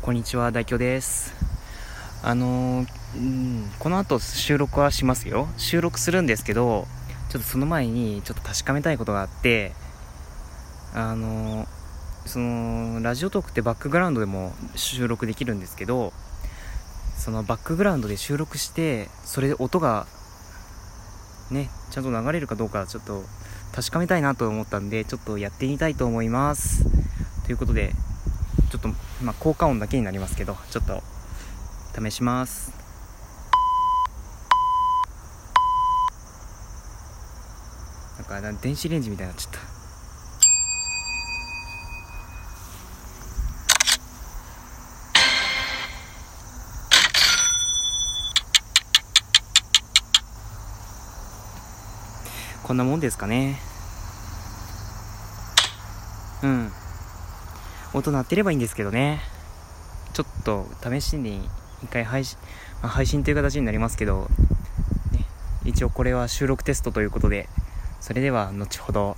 こんにちは、大京です。この後収録はしますよ。収録するんですけど、ちょっとその前にちょっと確かめたいことがあって、そのラジオトークってバックグラウンドでも収録できるんですけど、そのバックグラウンドで収録して、それで音がね、ちゃんと流れるかどうかちょっと確かめたいなと思ったんで、ちょっとやってみたいと思います。ということで、ちょっと効果音だけになりますけど、ちょっと試します。なんか電子レンジみたいになっちゃった。こんなもんですかね。音鳴ってればいいんですけどね。ちょっと試しに一回配信という形になりますけど、ね、一応これは収録テストということで、それでは後ほど。